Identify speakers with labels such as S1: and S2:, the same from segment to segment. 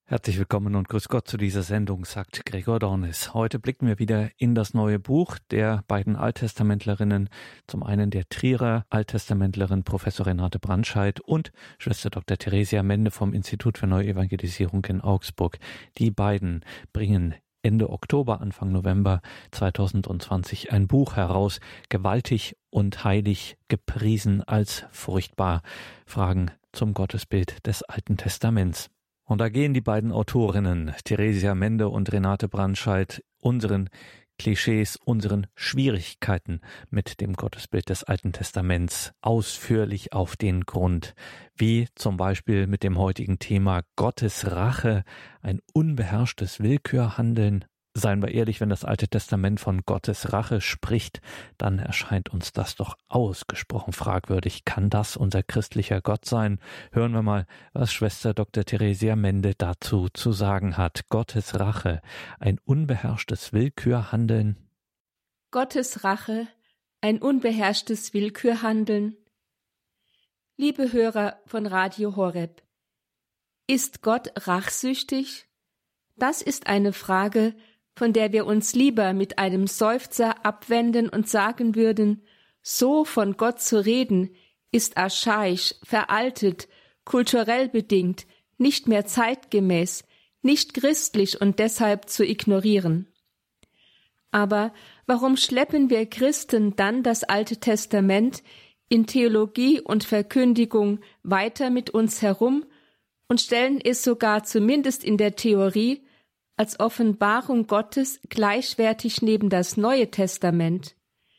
S1: Herzlich willkommen und grüß Gott zu dieser Sendung, sagt Gregor Dornis. Heute blicken wir wieder in das neue Buch der beiden Alttestamentlerinnen, zum einen der Trierer Alttestamentlerin Professor Renate Brandscheid und Schwester Dr. Theresia Mende vom Institut für Neuevangelisierung in Augsburg. Die beiden bringen Ende Oktober, Anfang November 2020 ein Buch heraus, gewaltig und heilig gepriesen als furchtbar, Fragen zum Gottesbild des Alten Testaments. Und da gehen die beiden Autorinnen, Theresia Mende und Renate Brandscheid, unseren Klischees, unseren Schwierigkeiten mit dem Gottesbild des Alten Testaments ausführlich auf den Grund. Wie zum Beispiel mit dem heutigen Thema Gottes Rache, ein unbeherrschtes Willkürhandeln. Seien wir ehrlich, wenn das Alte Testament von Gottes Rache spricht, dann erscheint uns das doch ausgesprochen fragwürdig. Kann das unser christlicher Gott sein? Hören wir mal, was Schwester Dr. Theresia Mende dazu zu sagen hat. Gottes Rache, ein unbeherrschtes Willkürhandeln.
S2: Gottes Rache, ein unbeherrschtes Willkürhandeln. Liebe Hörer von Radio Horeb, ist Gott rachsüchtig? Das ist eine Frage, von der wir uns lieber mit einem Seufzer abwenden und sagen würden, so von Gott zu reden, ist archaisch, veraltet, kulturell bedingt, nicht mehr zeitgemäß, nicht christlich und deshalb zu ignorieren. Aber warum schleppen wir Christen dann das Alte Testament in Theologie und Verkündigung weiter mit uns herum und stellen es sogar zumindest in der Theorie als Offenbarung Gottes gleichwertig neben das Neue Testament?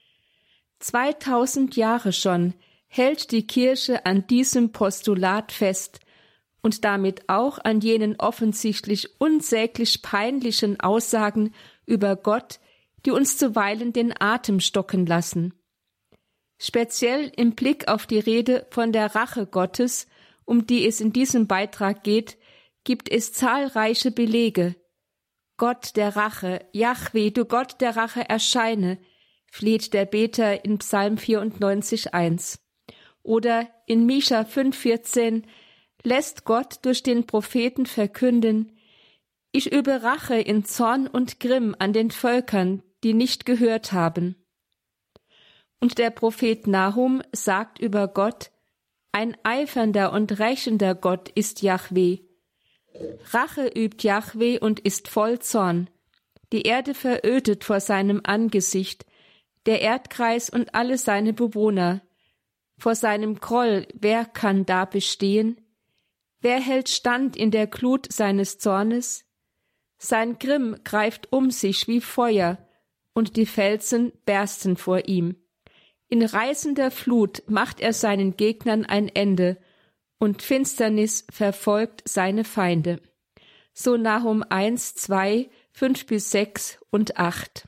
S2: 2000 Jahre schon hält die Kirche an diesem Postulat fest und damit auch an jenen offensichtlich unsäglich peinlichen Aussagen über Gott, die uns zuweilen den Atem stocken lassen. Speziell im Blick auf die Rede von der Rache Gottes, um die es in diesem Beitrag geht, gibt es zahlreiche Belege. Gott der Rache, Jahwe, du Gott der Rache, erscheine, fleht der Beter in Psalm 94,1. Oder in Micha 5,14 lässt Gott durch den Propheten verkünden, ich übe Rache in Zorn und Grimm an den Völkern, die nicht gehört haben. Und der Prophet Nahum sagt über Gott, ein eifernder und rächender Gott ist Jahwe. Rache übt Jahwe und ist voll Zorn. Die Erde verödet vor seinem Angesicht, der Erdkreis und alle seine Bewohner. Vor seinem Groll, wer kann da bestehen? Wer hält stand in der Glut seines Zornes? Sein Grimm greift um sich wie Feuer, und die Felsen bersten vor ihm. In reißender Flut macht er seinen Gegnern ein Ende, und Finsternis verfolgt seine Feinde. So Nahum 1, 2, 5-6 und 8.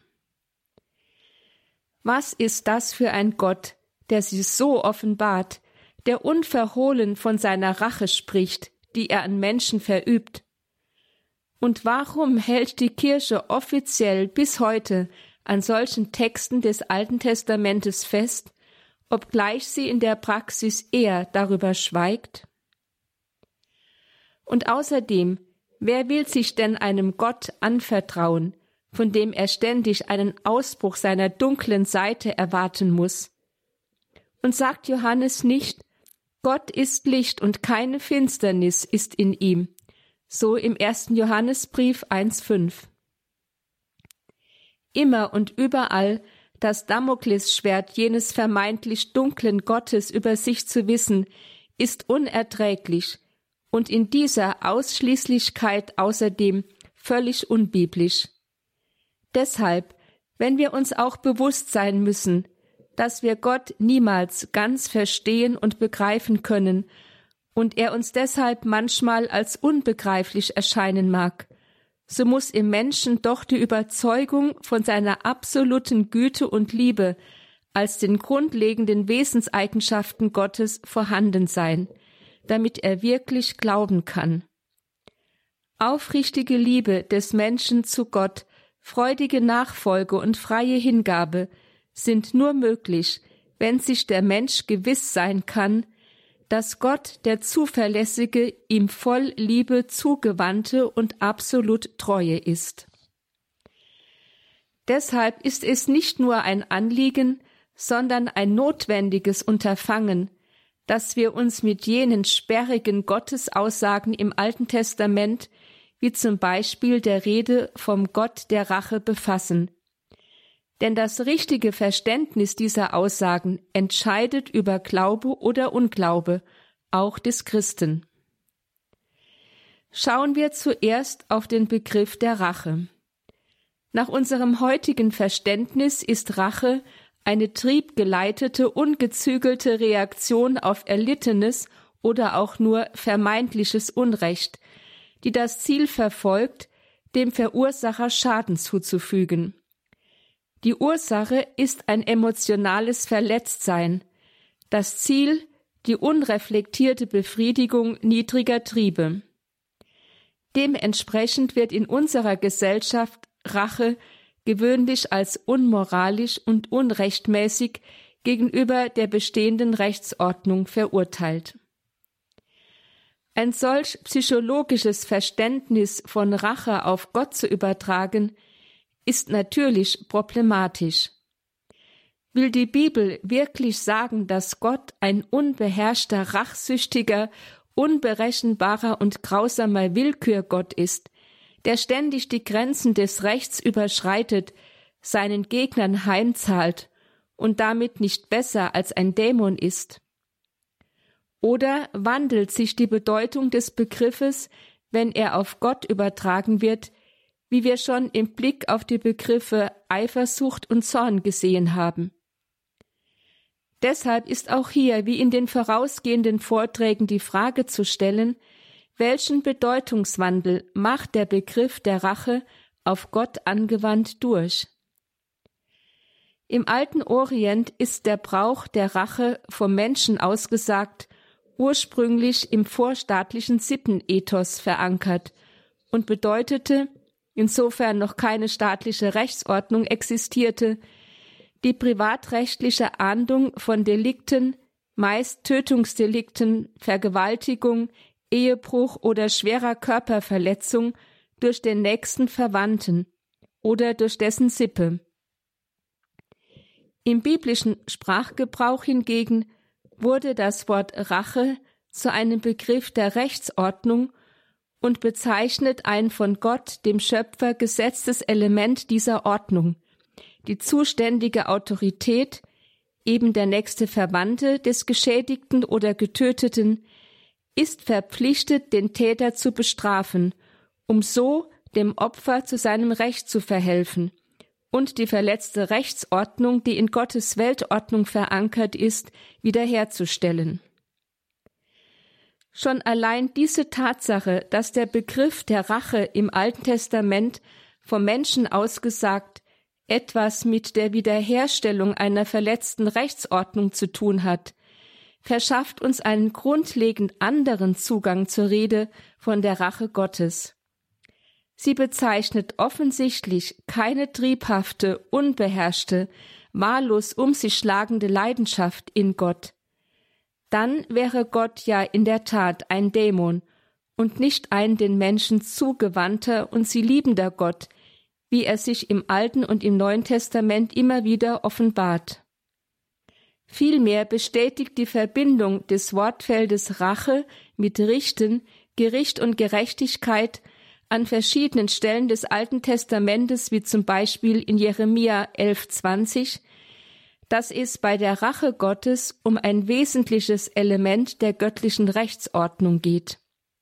S2: Was ist das für ein Gott, der sich so offenbart, der unverhohlen von seiner Rache spricht, die er an Menschen verübt? Und warum hält die Kirche offiziell bis heute an solchen Texten des Alten Testamentes fest, obgleich sie in der Praxis eher darüber schweigt? Und außerdem, wer will sich denn einem Gott anvertrauen, von dem er ständig einen Ausbruch seiner dunklen Seite erwarten muss? Und sagt Johannes nicht, Gott ist Licht und keine Finsternis ist in ihm, so im 1. Johannesbrief 1,5. Immer und überall das Damoklesschwert jenes vermeintlich dunklen Gottes über sich zu wissen, ist unerträglich und in dieser Ausschließlichkeit außerdem völlig unbiblisch. Deshalb, wenn wir uns auch bewusst sein müssen, dass wir Gott niemals ganz verstehen und begreifen können und er uns deshalb manchmal als unbegreiflich erscheinen mag, so muss im Menschen doch die Überzeugung von seiner absoluten Güte und Liebe als den grundlegenden Wesenseigenschaften Gottes vorhanden sein, damit er wirklich glauben kann. Aufrichtige Liebe des Menschen zu Gott, freudige Nachfolge und freie Hingabe sind nur möglich, wenn sich der Mensch gewiss sein kann, dass Gott, der Zuverlässige, ihm voll Liebe zugewandte und absolut Treue ist. Deshalb ist es nicht nur ein Anliegen, sondern ein notwendiges Unterfangen, dass wir uns mit jenen sperrigen Gottesaussagen im Alten Testament, wie zum Beispiel der Rede vom Gott der Rache, befassen. Denn das richtige Verständnis dieser Aussagen entscheidet über Glaube oder Unglaube, auch des Christen. Schauen wir zuerst auf den Begriff der Rache. Nach unserem heutigen Verständnis ist Rache eine triebgeleitete, ungezügelte Reaktion auf erlittenes oder auch nur vermeintliches Unrecht, die das Ziel verfolgt, dem Verursacher Schaden zuzufügen. Die Ursache ist ein emotionales Verletztsein, das Ziel die unreflektierte Befriedigung niedriger Triebe. Dementsprechend wird in unserer Gesellschaft Rache gewöhnlich als unmoralisch und unrechtmäßig gegenüber der bestehenden Rechtsordnung verurteilt. Ein solch psychologisches Verständnis von Rache auf Gott zu übertragen, ist natürlich problematisch. Will die Bibel wirklich sagen, dass Gott ein unbeherrschter, rachsüchtiger, unberechenbarer und grausamer Willkürgott ist, der ständig die Grenzen des Rechts überschreitet, seinen Gegnern heimzahlt und damit nicht besser als ein Dämon ist? Oder wandelt sich die Bedeutung des Begriffes, wenn er auf Gott übertragen wird, wie wir schon im Blick auf die Begriffe Eifersucht und Zorn gesehen haben? Deshalb ist auch hier, wie in den vorausgehenden Vorträgen, die Frage zu stellen, welchen Bedeutungswandel macht der Begriff der Rache auf Gott angewandt durch? Im alten Orient ist der Brauch der Rache vom Menschen ausgesagt ursprünglich im vorstaatlichen Sittenethos verankert und bedeutete, insofern noch keine staatliche Rechtsordnung existierte, die privatrechtliche Ahndung von Delikten, meist Tötungsdelikten, Vergewaltigung, Ehebruch oder schwerer Körperverletzung durch den nächsten Verwandten oder durch dessen Sippe. Im biblischen Sprachgebrauch hingegen wurde das Wort Rache zu einem Begriff der Rechtsordnung und bezeichnet ein von Gott, dem Schöpfer, gesetztes Element dieser Ordnung, die zuständige Autorität, eben der nächste Verwandte des Geschädigten oder Getöteten, ist verpflichtet, den Täter zu bestrafen, um so dem Opfer zu seinem Recht zu verhelfen und die verletzte Rechtsordnung, die in Gottes Weltordnung verankert ist, wiederherzustellen. Schon allein diese Tatsache, dass der Begriff der Rache im Alten Testament vom Menschen ausgesagt etwas mit der Wiederherstellung einer verletzten Rechtsordnung zu tun hat, verschafft uns einen grundlegend anderen Zugang zur Rede von der Rache Gottes. Sie bezeichnet offensichtlich keine triebhafte, unbeherrschte, wahllos um sich schlagende Leidenschaft in Gott. Dann wäre Gott ja in der Tat ein Dämon und nicht ein den Menschen zugewandter und sie liebender Gott, wie er sich im Alten und im Neuen Testament immer wieder offenbart. Vielmehr bestätigt die Verbindung des Wortfeldes Rache mit Richten, Gericht und Gerechtigkeit an verschiedenen Stellen des Alten Testamentes, wie zum Beispiel in Jeremia 11,20, dass es bei der Rache Gottes um ein wesentliches Element der göttlichen Rechtsordnung geht.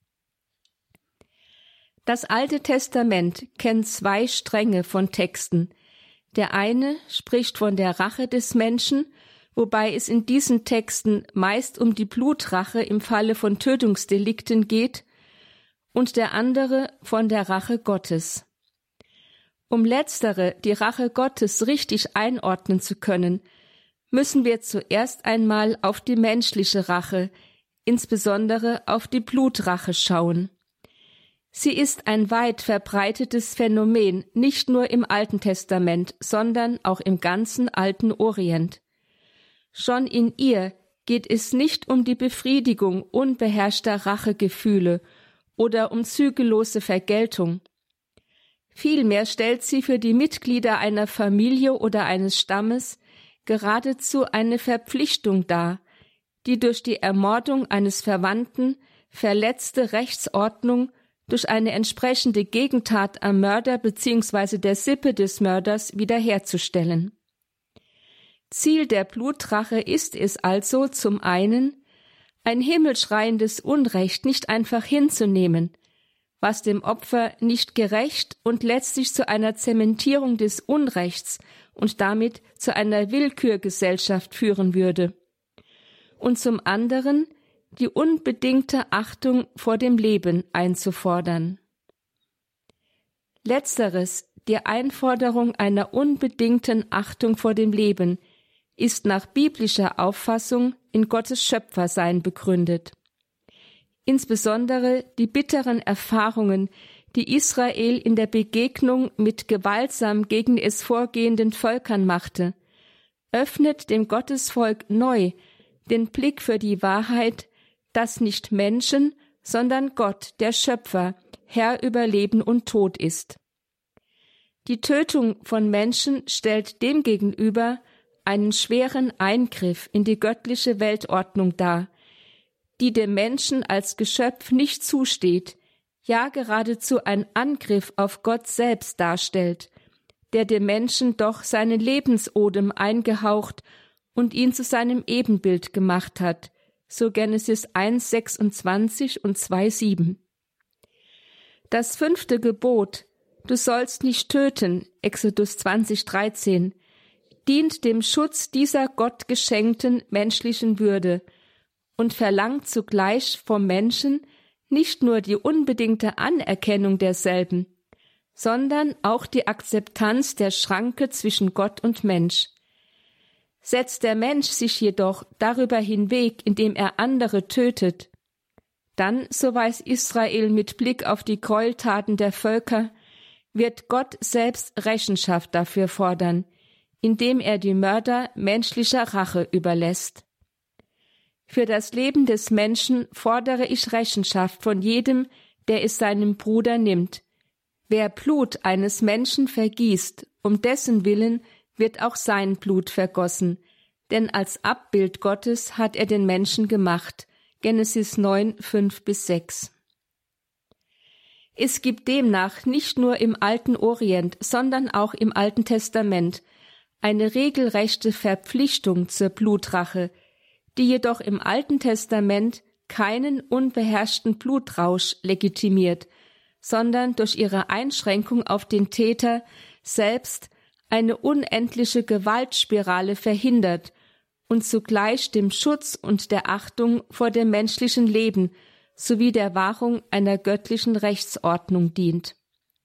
S2: Das Alte Testament kennt zwei Stränge von Texten. Der eine spricht von der Rache des Menschen, wobei es in diesen Texten meist um die Blutrache im Falle von Tötungsdelikten geht, und der andere von der Rache Gottes. Um letztere, die Rache Gottes, richtig einordnen zu können, müssen wir zuerst einmal auf die menschliche Rache, insbesondere auf die Blutrache schauen. Sie ist ein weit verbreitetes Phänomen, nicht nur im Alten Testament, sondern auch im ganzen alten Orient. Schon in ihr, geht es nicht um die Befriedigung unbeherrschter Rachegefühle oder um zügellose Vergeltung. Vielmehr stellt sie für die Mitglieder einer Familie oder eines Stammes geradezu eine Verpflichtung dar, die durch die Ermordung eines Verwandten verletzte Rechtsordnung durch eine entsprechende Gegentat am Mörder bzw. der Sippe des Mörders wiederherzustellen. Ziel der Blutrache ist es also zum einen, ein himmelschreiendes Unrecht nicht einfach hinzunehmen, was dem Opfer nicht gerecht und letztlich zu einer Zementierung des Unrechts und damit zu einer Willkürgesellschaft führen würde, und zum anderen die unbedingte Achtung vor dem Leben einzufordern. Letzteres, die Einforderung einer unbedingten Achtung vor dem Leben, ist nach biblischer Auffassung in Gottes Schöpfersein begründet. Insbesondere die bitteren Erfahrungen, die Israel in der Begegnung mit gewaltsam gegen es vorgehenden Völkern machte, öffnet dem Gottesvolk neu den Blick für die Wahrheit, dass nicht Menschen, sondern Gott, der Schöpfer, Herr über Leben und Tod ist. Die Tötung von Menschen stellt demgegenüber einen schweren Eingriff in die göttliche Weltordnung dar, die dem Menschen als Geschöpf nicht zusteht, ja geradezu ein Angriff auf Gott selbst darstellt, der dem Menschen doch seinen Lebensodem eingehaucht und ihn zu seinem Ebenbild gemacht hat, so Genesis 1,26 und 2,7. Das 5. Gebot, du sollst nicht töten, Exodus 20,13, dient dem Schutz dieser Gott geschenkten menschlichen Würde und verlangt zugleich vom Menschen nicht nur die unbedingte Anerkennung derselben, sondern auch die Akzeptanz der Schranke zwischen Gott und Mensch. Setzt der Mensch sich jedoch darüber hinweg, indem er andere tötet, dann, so weiß Israel mit Blick auf die Gräueltaten der Völker, wird Gott selbst Rechenschaft dafür fordern, indem er die Mörder menschlicher Rache überlässt. Für das Leben des Menschen fordere ich Rechenschaft von jedem, der es seinem Bruder nimmt. Wer Blut eines Menschen vergießt, um dessen Willen wird auch sein Blut vergossen, denn als Abbild Gottes hat er den Menschen gemacht. Genesis 9, 5-6. Es gibt demnach nicht nur im Alten Orient, sondern auch im Alten Testament eine regelrechte Verpflichtung zur Blutrache, die jedoch im Alten Testament keinen unbeherrschten Blutrausch legitimiert, sondern durch ihre Einschränkung auf den Täter selbst eine unendliche Gewaltspirale verhindert und zugleich dem Schutz und der Achtung vor dem menschlichen Leben sowie der Wahrung einer göttlichen Rechtsordnung dient.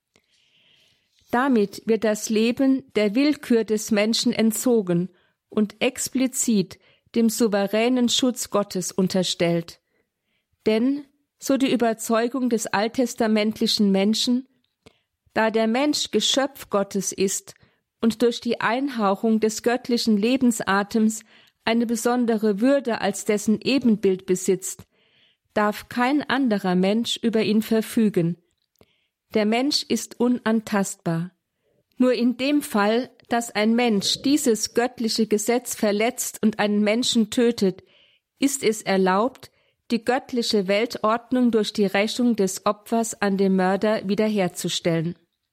S2: Damit wird das Leben der Willkür des Menschen entzogen und explizit dem souveränen Schutz Gottes unterstellt. Denn, so die Überzeugung des alttestamentlichen Menschen, da der Mensch Geschöpf Gottes ist und durch die Einhauchung des göttlichen Lebensatems eine besondere Würde als dessen Ebenbild besitzt, darf kein anderer Mensch über ihn verfügen. Der Mensch ist unantastbar. Nur in dem Fall, dass ein Mensch dieses göttliche Gesetz verletzt und einen Menschen tötet, ist es erlaubt, die göttliche Weltordnung durch die Rächung des Opfers an den Mörder wiederherzustellen.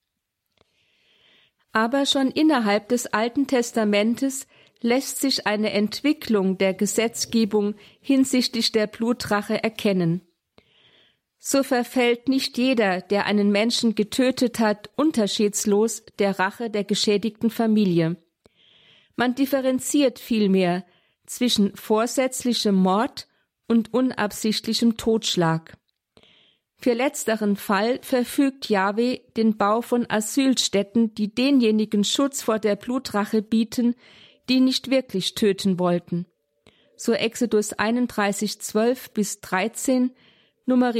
S2: Aber schon innerhalb des Alten Testamentes lässt sich eine Entwicklung der Gesetzgebung hinsichtlich der Blutrache erkennen. So verfällt nicht jeder, der einen Menschen getötet hat, unterschiedslos der Rache der geschädigten Familie. Man differenziert vielmehr zwischen vorsätzlichem Mord und unabsichtlichem Totschlag. Für letzteren Fall verfügt Jahwe den Bau von Asylstätten, die denjenigen Schutz vor der Blutrache bieten, die nicht wirklich töten wollten. So Exodus 31,12-13, Numeri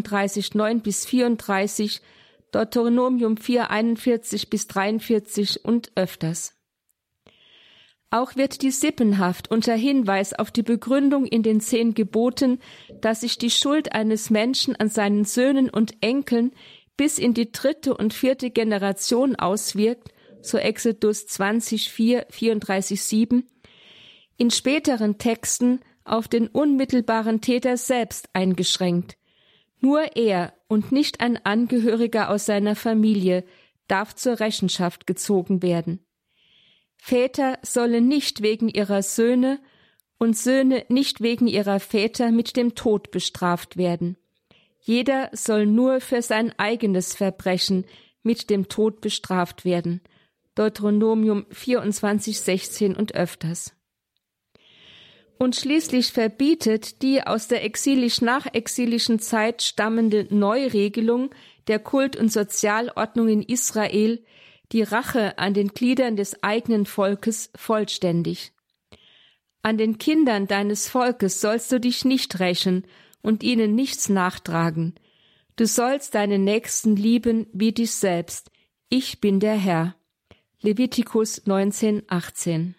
S2: 35,9-34, Deuteronomium 4,41-43 und öfters. Auch wird die Sippenhaft unter Hinweis auf die Begründung in den 10 Geboten, dass sich die Schuld eines Menschen an seinen Söhnen und Enkeln bis in die 3. und 4. Generation auswirkt, so Exodus 20,4, 34,7, in späteren Texten auf den unmittelbaren Täter selbst eingeschränkt. Nur er und nicht ein Angehöriger aus seiner Familie darf zur Rechenschaft gezogen werden. Väter sollen nicht wegen ihrer Söhne und Söhne nicht wegen ihrer Väter mit dem Tod bestraft werden. Jeder soll nur für sein eigenes Verbrechen mit dem Tod bestraft werden. Deuteronomium 24,16 und öfters. Und schließlich verbietet die aus der exilisch-nachexilischen Zeit stammende Neuregelung der Kult- und Sozialordnung in Israel die Rache an den Gliedern des eigenen Volkes vollständig. An den Kindern deines Volkes sollst du dich nicht rächen und ihnen nichts nachtragen. Du sollst deinen Nächsten lieben wie dich selbst. Ich bin der Herr. Levitikus 19,18.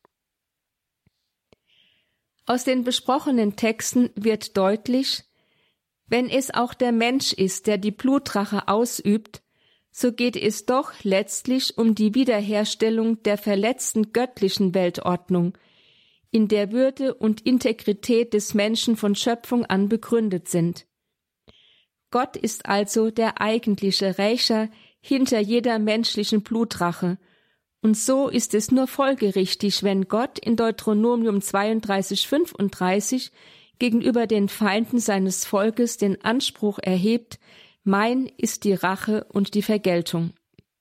S2: Aus den besprochenen Texten wird deutlich, wenn es auch der Mensch ist, der die Blutrache ausübt, so geht es doch letztlich um die Wiederherstellung der verletzten göttlichen Weltordnung, in der Würde und Integrität des Menschen von Schöpfung an begründet sind. Gott ist also der eigentliche Rächer hinter jeder menschlichen Blutrache, und so ist es nur folgerichtig, wenn Gott in Deuteronomium 32,35 gegenüber den Feinden seines Volkes den Anspruch erhebt, mein ist die Rache und die Vergeltung.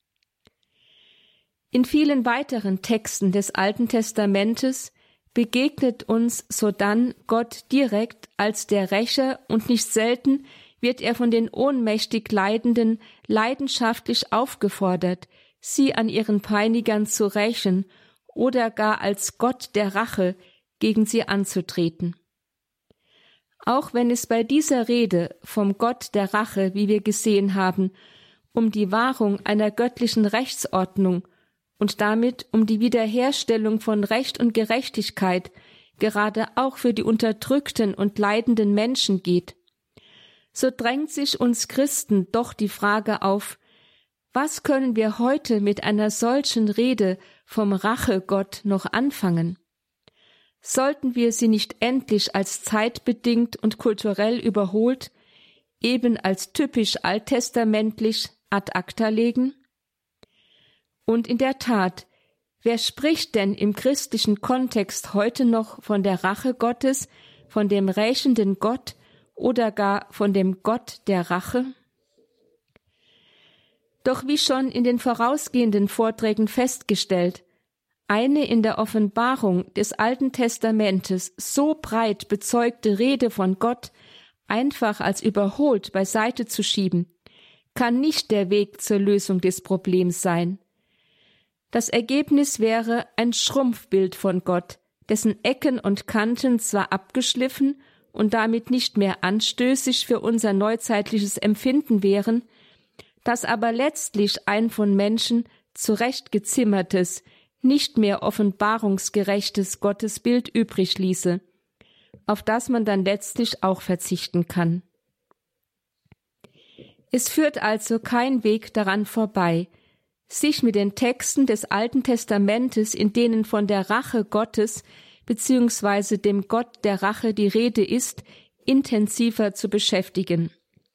S2: In vielen weiteren Texten des Alten Testamentes begegnet uns sodann Gott direkt als der Rächer und nicht selten wird er von den ohnmächtig Leidenden leidenschaftlich aufgefordert, sie an ihren Peinigern zu rächen oder gar als Gott der Rache gegen sie anzutreten. Auch wenn es bei dieser Rede vom Gott der Rache, wie wir gesehen haben, um die Wahrung einer göttlichen Rechtsordnung und damit um die Wiederherstellung von Recht und Gerechtigkeit gerade auch für die unterdrückten und leidenden Menschen geht, so drängt sich uns Christen doch die Frage auf, was können wir heute mit einer solchen Rede vom Rachegott noch anfangen? Sollten wir sie nicht endlich als zeitbedingt und kulturell überholt, eben als typisch alttestamentlich ad acta legen? Und in der Tat, wer spricht denn im christlichen Kontext heute noch von der Rache Gottes, von dem rächenden Gott oder gar von dem Gott der Rache? Doch wie schon in den vorausgehenden Vorträgen festgestellt, eine in der Offenbarung des Alten Testamentes so breit bezeugte Rede von Gott einfach als überholt beiseite zu schieben, kann nicht der Weg zur Lösung des Problems sein. Das Ergebnis wäre ein Schrumpfbild von Gott, dessen Ecken und Kanten zwar abgeschliffen und damit nicht mehr anstößig für unser neuzeitliches Empfinden wären, das aber letztlich ein von Menschen zurechtgezimmertes, nicht mehr offenbarungsgerechtes Gottesbild übrig ließe, auf das man dann letztlich auch verzichten kann. Es führt also kein Weg daran vorbei, sich mit den Texten des Alten Testamentes, in denen von der Rache Gottes bzw. dem Gott der Rache die Rede ist, intensiver zu beschäftigen.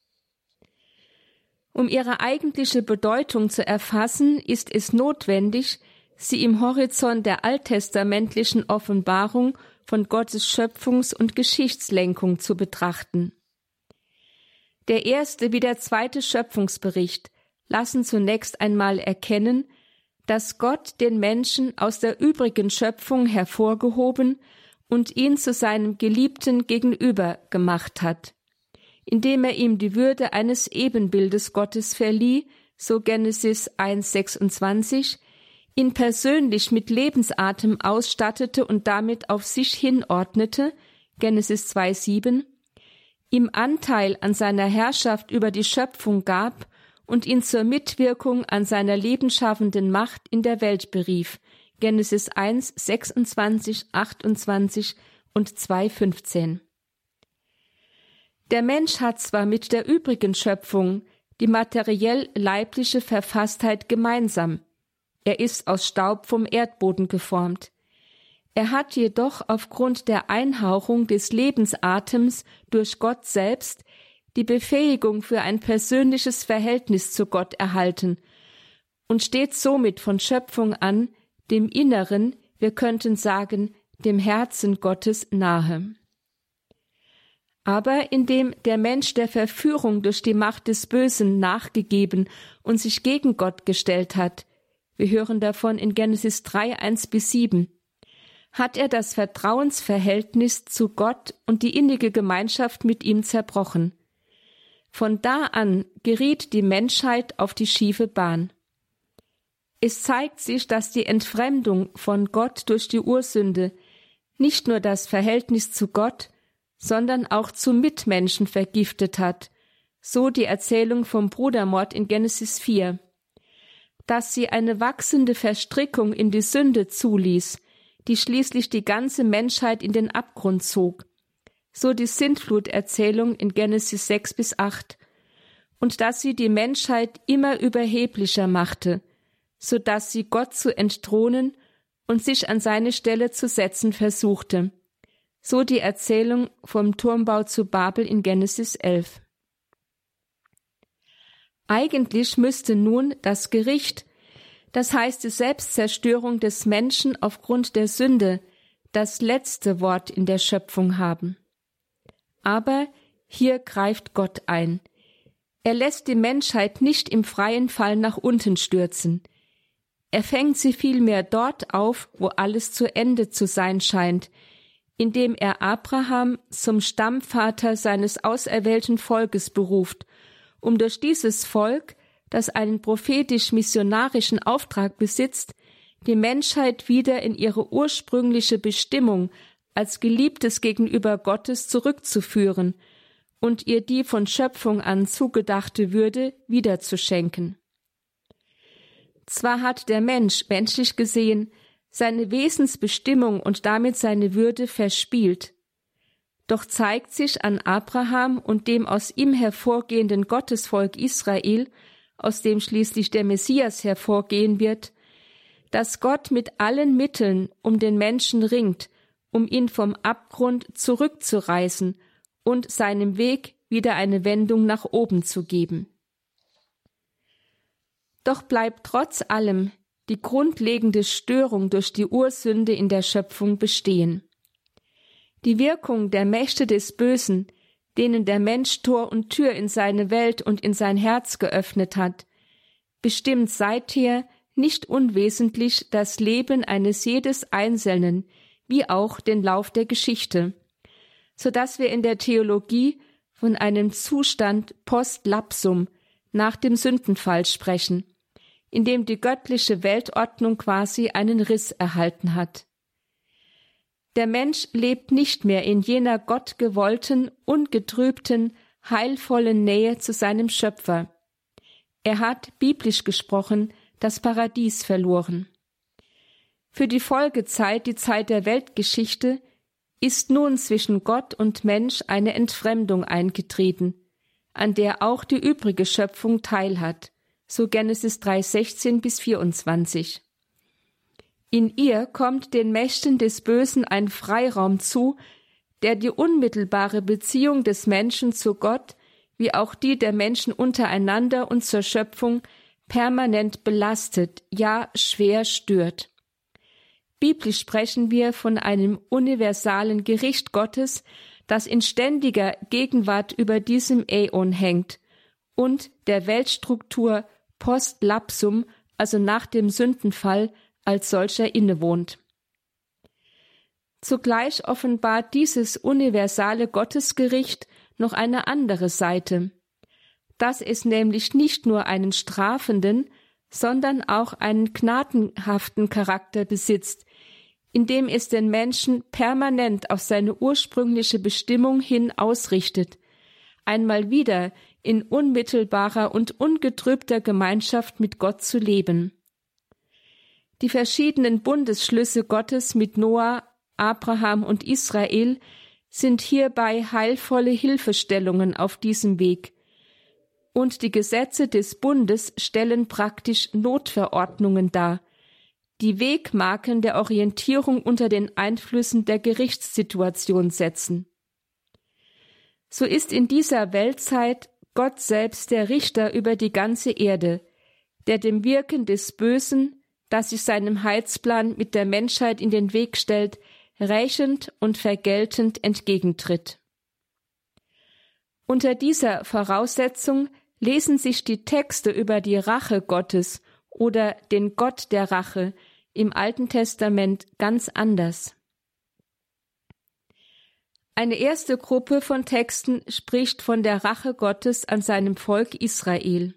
S2: Um ihre eigentliche Bedeutung zu erfassen, ist es notwendig, sie im Horizont der alttestamentlichen Offenbarung von Gottes Schöpfungs- und Geschichtslenkung zu betrachten. Der erste wie der zweite Schöpfungsbericht lassen zunächst einmal erkennen, dass Gott den Menschen aus der übrigen Schöpfung hervorgehoben und ihn zu seinem Geliebten gegenüber gemacht hat, indem er ihm die Würde eines Ebenbildes Gottes verlieh, so Genesis 1,26, ihn persönlich mit Lebensatem ausstattete und damit auf sich hinordnete, Genesis 2,7, ihm Anteil an seiner Herrschaft über die Schöpfung gab und ihn zur Mitwirkung an seiner lebensschaffenden Macht in der Welt berief, Genesis 1, 26, 28 und 2, 15. Der Mensch hat zwar mit der übrigen Schöpfung die materiell-leibliche Verfasstheit gemeinsam. Er ist aus Staub vom Erdboden geformt. Er hat jedoch aufgrund der Einhauchung des Lebensatems durch Gott selbst die Befähigung für ein persönliches Verhältnis zu Gott erhalten und steht somit von Schöpfung an dem Inneren, wir könnten sagen, dem Herzen Gottes nahe. Aber indem der Mensch der Verführung durch die Macht des Bösen nachgegeben und sich gegen Gott gestellt hat, wir hören davon in Genesis 3, 1-7, hat er das Vertrauensverhältnis zu Gott und die innige Gemeinschaft mit ihm zerbrochen. Von da an geriet die Menschheit auf die schiefe Bahn. Es zeigt sich, dass die Entfremdung von Gott durch die Ursünde nicht nur das Verhältnis zu Gott, sondern auch zu Mitmenschen vergiftet hat, so die Erzählung vom Brudermord in Genesis 4, dass sie eine wachsende Verstrickung in die Sünde zuließ, die schließlich die ganze Menschheit in den Abgrund zog, so die Sintfluterzählung in Genesis 6-8, und dass sie die Menschheit immer überheblicher machte, so dass sie Gott zu entthronen und sich an seine Stelle zu setzen versuchte, so die Erzählung vom Turmbau zu Babel in Genesis 11. Eigentlich müsste nun das Gericht, das heißt die Selbstzerstörung des Menschen aufgrund der Sünde, das letzte Wort in der Schöpfung haben. Aber hier greift Gott ein. Er lässt die Menschheit nicht im freien Fall nach unten stürzen. Er fängt sie vielmehr dort auf, wo alles zu Ende zu sein scheint, indem er Abraham zum Stammvater seines auserwählten Volkes beruft, um durch dieses Volk, das einen prophetisch-missionarischen Auftrag besitzt, die Menschheit wieder in ihre ursprüngliche Bestimmung als Geliebtes gegenüber Gottes zurückzuführen und ihr die von Schöpfung an zugedachte Würde wiederzuschenken. Zwar hat der Mensch, menschlich gesehen, seine Wesensbestimmung und damit seine Würde verspielt, doch zeigt sich an Abraham und dem aus ihm hervorgehenden Gottesvolk Israel, aus dem schließlich der Messias hervorgehen wird, dass Gott mit allen Mitteln um den Menschen ringt, um ihn vom Abgrund zurückzureißen und seinem Weg wieder eine Wendung nach oben zu geben. Doch bleibt trotz allem die grundlegende Störung durch die Ursünde in der Schöpfung bestehen. Die Wirkung der Mächte des Bösen, denen der Mensch Tor und Tür in seine Welt und in sein Herz geöffnet hat, bestimmt seither nicht unwesentlich das Leben eines jedes Einzelnen, wie auch den Lauf der Geschichte, so dass wir in der Theologie von einem Zustand post lapsum, nach dem Sündenfall sprechen, in dem die göttliche Weltordnung quasi einen Riss erhalten hat. Der Mensch lebt nicht mehr in jener gottgewollten, ungetrübten, heilvollen Nähe zu seinem Schöpfer. Er hat, biblisch gesprochen, das Paradies verloren. Für die Folgezeit, die Zeit der Weltgeschichte, ist nun zwischen Gott und Mensch eine Entfremdung eingetreten, an der auch die übrige Schöpfung teilhat, so Genesis 3,16-24. In ihr kommt den Mächten des Bösen ein Freiraum zu, der die unmittelbare Beziehung des Menschen zu Gott, wie auch die der Menschen untereinander und zur Schöpfung, permanent belastet, ja schwer stört. Biblisch sprechen wir von einem universalen Gericht Gottes, das in ständiger Gegenwart über diesem Äon hängt und der Weltstruktur post lapsum, also nach dem Sündenfall, als solcher innewohnt. Zugleich offenbart dieses universale Gottesgericht noch eine andere Seite, dass es nämlich nicht nur einen strafenden, sondern auch einen gnadenhaften Charakter besitzt, indem es den Menschen permanent auf seine ursprüngliche Bestimmung hin ausrichtet, einmal wieder in unmittelbarer und ungetrübter Gemeinschaft mit Gott zu leben. Die verschiedenen Bundesschlüsse Gottes mit Noah, Abraham und Israel sind hierbei heilvolle Hilfestellungen auf diesem Weg. Und die Gesetze des Bundes stellen praktisch Notverordnungen dar, die Wegmarken der Orientierung unter den Einflüssen der Gerichtssituation setzen. So ist in dieser Weltzeit Gott selbst der Richter über die ganze Erde, der dem Wirken des Bösen, das sich seinem Heilsplan mit der Menschheit in den Weg stellt, rächend und vergeltend entgegentritt. Unter dieser Voraussetzung lesen sich die Texte über die Rache Gottes oder den Gott der Rache im Alten Testament ganz anders. Eine erste Gruppe von Texten spricht von der Rache Gottes an seinem Volk Israel.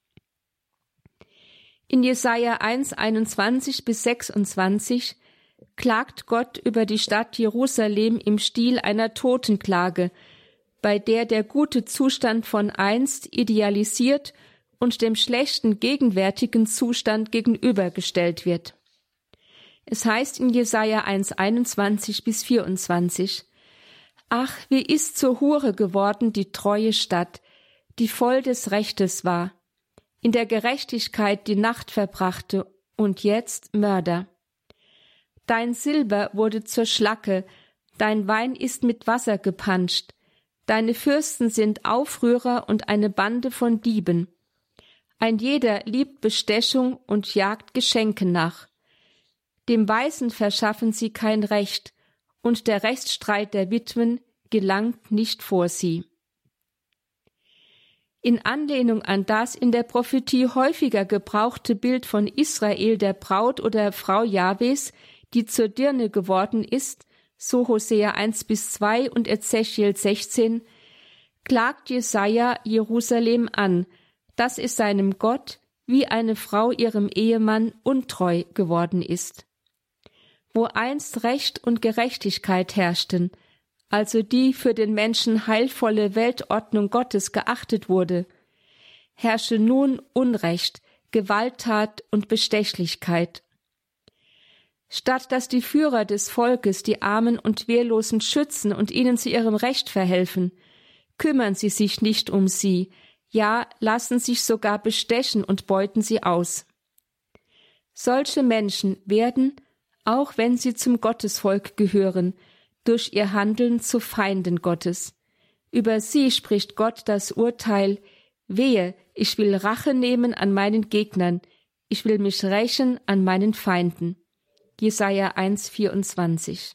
S2: In Jesaja 1, 21-26 klagt Gott über die Stadt Jerusalem im Stil einer Totenklage, bei der der gute Zustand von einst idealisiert und dem schlechten gegenwärtigen Zustand gegenübergestellt wird. Es heißt in Jesaja 1, 21-24: Ach, wie ist zur Hure geworden die treue Stadt, die voll des Rechtes war, in der Gerechtigkeit die Nacht verbrachte und jetzt Mörder. Dein Silber wurde zur Schlacke, dein Wein ist mit Wasser gepanscht, deine Fürsten sind Aufrührer und eine Bande von Dieben. Ein jeder liebt Bestechung und jagt Geschenke nach. Dem Weisen verschaffen sie kein Recht, und der Rechtsstreit der Witwen gelangt nicht vor sie. In Anlehnung an das in der Prophetie häufiger gebrauchte Bild von Israel, der Braut oder Frau Jahwes, die zur Dirne geworden ist, so Hosea 1-2 und Ezechiel 16, klagt Jesaja Jerusalem an, dass es seinem Gott wie eine Frau ihrem Ehemann untreu geworden ist. Wo einst Recht und Gerechtigkeit herrschten, also die für den Menschen heilvolle Weltordnung Gottes geachtet wurde, herrsche nun Unrecht, Gewalttat und Bestechlichkeit. Statt dass die Führer des Volkes die Armen und Wehrlosen schützen und ihnen zu ihrem Recht verhelfen, kümmern sie sich nicht um sie, ja, lassen sich sogar bestechen und beuten sie aus. Solche Menschen werden, auch wenn sie zum Gottesvolk gehören, durch ihr Handeln zu Feinden Gottes. Über sie spricht Gott das Urteil: Wehe, ich will Rache nehmen an meinen Gegnern, ich will mich rächen an meinen Feinden. Jesaja 1,24.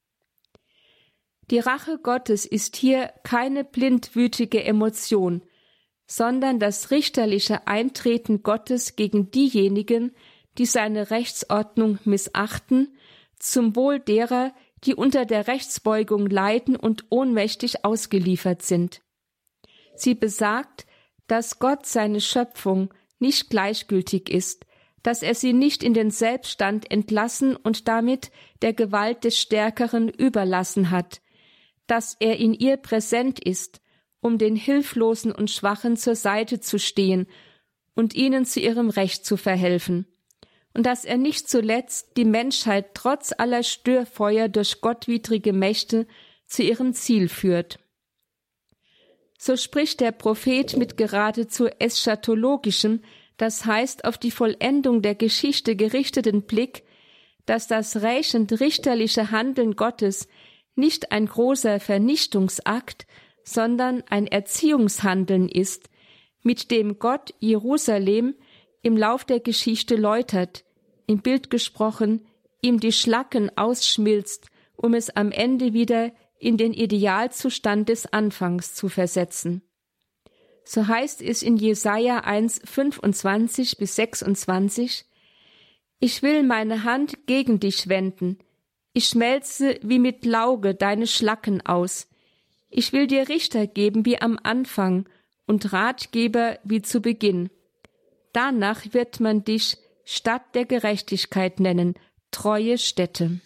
S2: Die Rache Gottes ist hier keine blindwütige Emotion, sondern das richterliche Eintreten Gottes gegen diejenigen, die seine Rechtsordnung missachten, zum Wohl derer, die unter der Rechtsbeugung leiden und ohnmächtig ausgeliefert sind. Sie besagt, dass Gott seine Schöpfung nicht gleichgültig ist, dass er sie nicht in den Selbststand entlassen und damit der Gewalt des Stärkeren überlassen hat, dass er in ihr präsent ist, um den Hilflosen und Schwachen zur Seite zu stehen und ihnen zu ihrem Recht zu verhelfen, und dass er nicht zuletzt die Menschheit trotz aller Störfeuer durch gottwidrige Mächte zu ihrem Ziel führt. So spricht der Prophet mit geradezu eschatologischem, das heißt auf die Vollendung der Geschichte gerichteten Blick, dass das rächend richterliche Handeln Gottes nicht ein großer Vernichtungsakt, sondern ein Erziehungshandeln ist, mit dem Gott Jerusalem im Lauf der Geschichte läutert, im Bild gesprochen, ihm die Schlacken ausschmilzt, um es am Ende wieder in den Idealzustand des Anfangs zu versetzen. So heißt es in Jesaja 1, 25-26: Ich will meine Hand gegen dich wenden, ich schmelze wie mit Lauge deine Schlacken aus, ich will dir Richter geben wie am Anfang und Ratgeber wie zu Beginn. Danach wird man dich Stadt der Gerechtigkeit nennen, treue Stätte.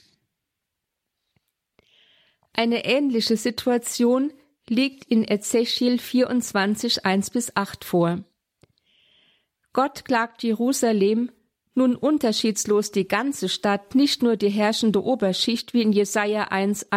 S2: Eine ähnliche Situation liegt in Ezechiel 24, 1-8 vor. Gott klagt Jerusalem: nun unterschiedslos die ganze Stadt, nicht nur die herrschende Oberschicht wie in Jesaja 1,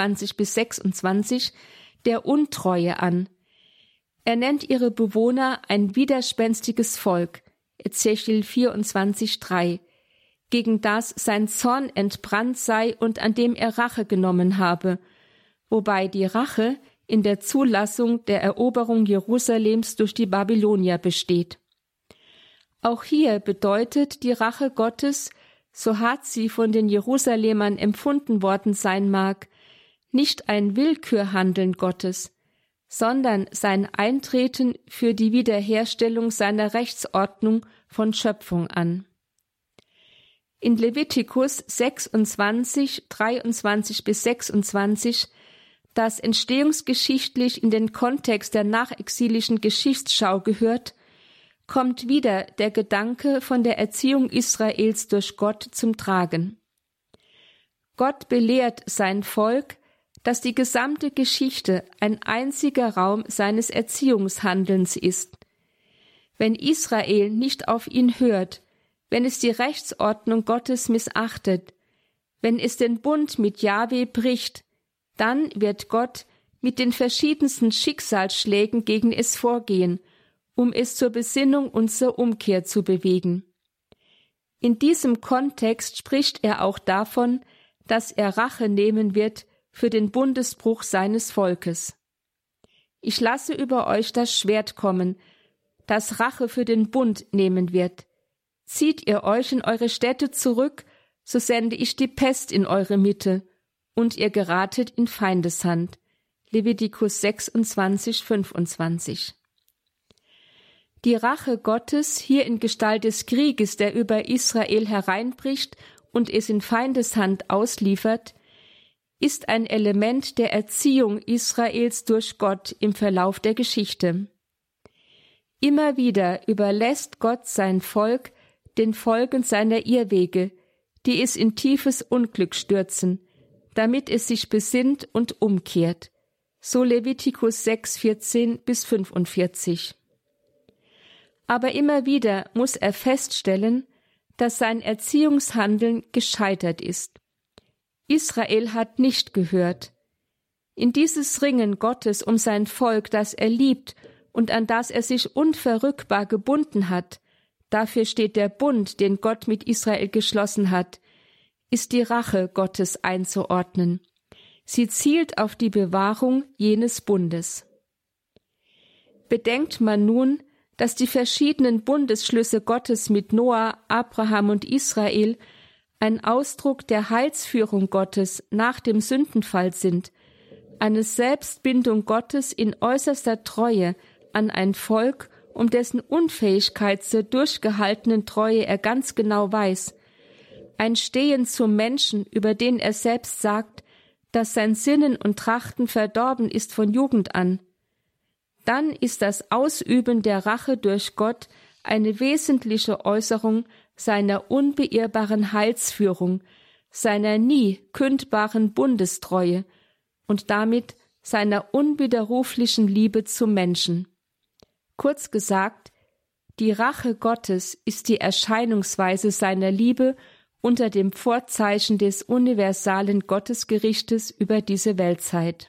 S2: 21-26, der Untreue an. Er nennt ihre Bewohner ein widerspenstiges Volk, Ezechiel 24,3, gegen das sein Zorn entbrannt sei und an dem er Rache genommen habe, wobei die Rache in der Zulassung der Eroberung Jerusalems durch die Babylonier besteht. Auch hier bedeutet die Rache Gottes, so hart sie von den Jerusalemern empfunden worden sein mag, nicht ein Willkürhandeln Gottes, sondern sein Eintreten für die Wiederherstellung seiner Rechtsordnung von Schöpfung an. In Levitikus 26, 23-26, das entstehungsgeschichtlich in den Kontext der nachexilischen Geschichtsschau gehört, kommt wieder der Gedanke von der Erziehung Israels durch Gott zum Tragen. Gott belehrt sein Volk, dass die gesamte Geschichte ein einziger Raum seines Erziehungshandelns ist. Wenn Israel nicht auf ihn hört, wenn es die Rechtsordnung Gottes missachtet, wenn es den Bund mit Jahwe bricht, dann wird Gott mit den verschiedensten Schicksalsschlägen gegen es vorgehen, um es zur Besinnung und zur Umkehr zu bewegen. In diesem Kontext spricht er auch davon, dass er Rache nehmen wird für den Bundesbruch seines Volkes. Ich lasse über euch das Schwert kommen, das Rache für den Bund nehmen wird. Zieht ihr euch in eure Städte zurück, so sende ich die Pest in eure Mitte, und ihr geratet in Feindeshand. Levitikus 26, 25. Die Rache Gottes, hier in Gestalt des Krieges, der über Israel hereinbricht und es in Feindeshand ausliefert, ist ein Element der Erziehung Israels durch Gott im Verlauf der Geschichte. Immer wieder überlässt Gott sein Volk den Folgen seiner Irrwege, die es in tiefes Unglück stürzen, damit es sich besinnt und umkehrt. So Levitikus 6, 14-45. Aber immer wieder muss er feststellen, dass sein Erziehungshandeln gescheitert ist. Israel hat nicht gehört. In dieses Ringen Gottes um sein Volk, das er liebt und an das er sich unverrückbar gebunden hat, dafür steht der Bund, den Gott mit Israel geschlossen hat, ist die Rache Gottes einzuordnen. Sie zielt auf die Bewahrung jenes Bundes. Bedenkt man nun, dass die verschiedenen Bundesschlüsse Gottes mit Noah, Abraham und Israel ein Ausdruck der Heilsführung Gottes nach dem Sündenfall sind, eine Selbstbindung Gottes in äußerster Treue an ein Volk, um dessen Unfähigkeit zur durchgehaltenen Treue er ganz genau weiß, ein Stehen zum Menschen, über den er selbst sagt, dass sein Sinnen und Trachten verdorben ist von Jugend an, dann ist das Ausüben der Rache durch Gott eine wesentliche Äußerung seiner unbeirrbaren Heilsführung, seiner nie kündbaren Bundestreue und damit seiner unwiderruflichen Liebe zum Menschen. Kurz gesagt, die Rache Gottes ist die Erscheinungsweise seiner Liebe unter dem Vorzeichen des universalen Gottesgerichtes über diese Weltzeit.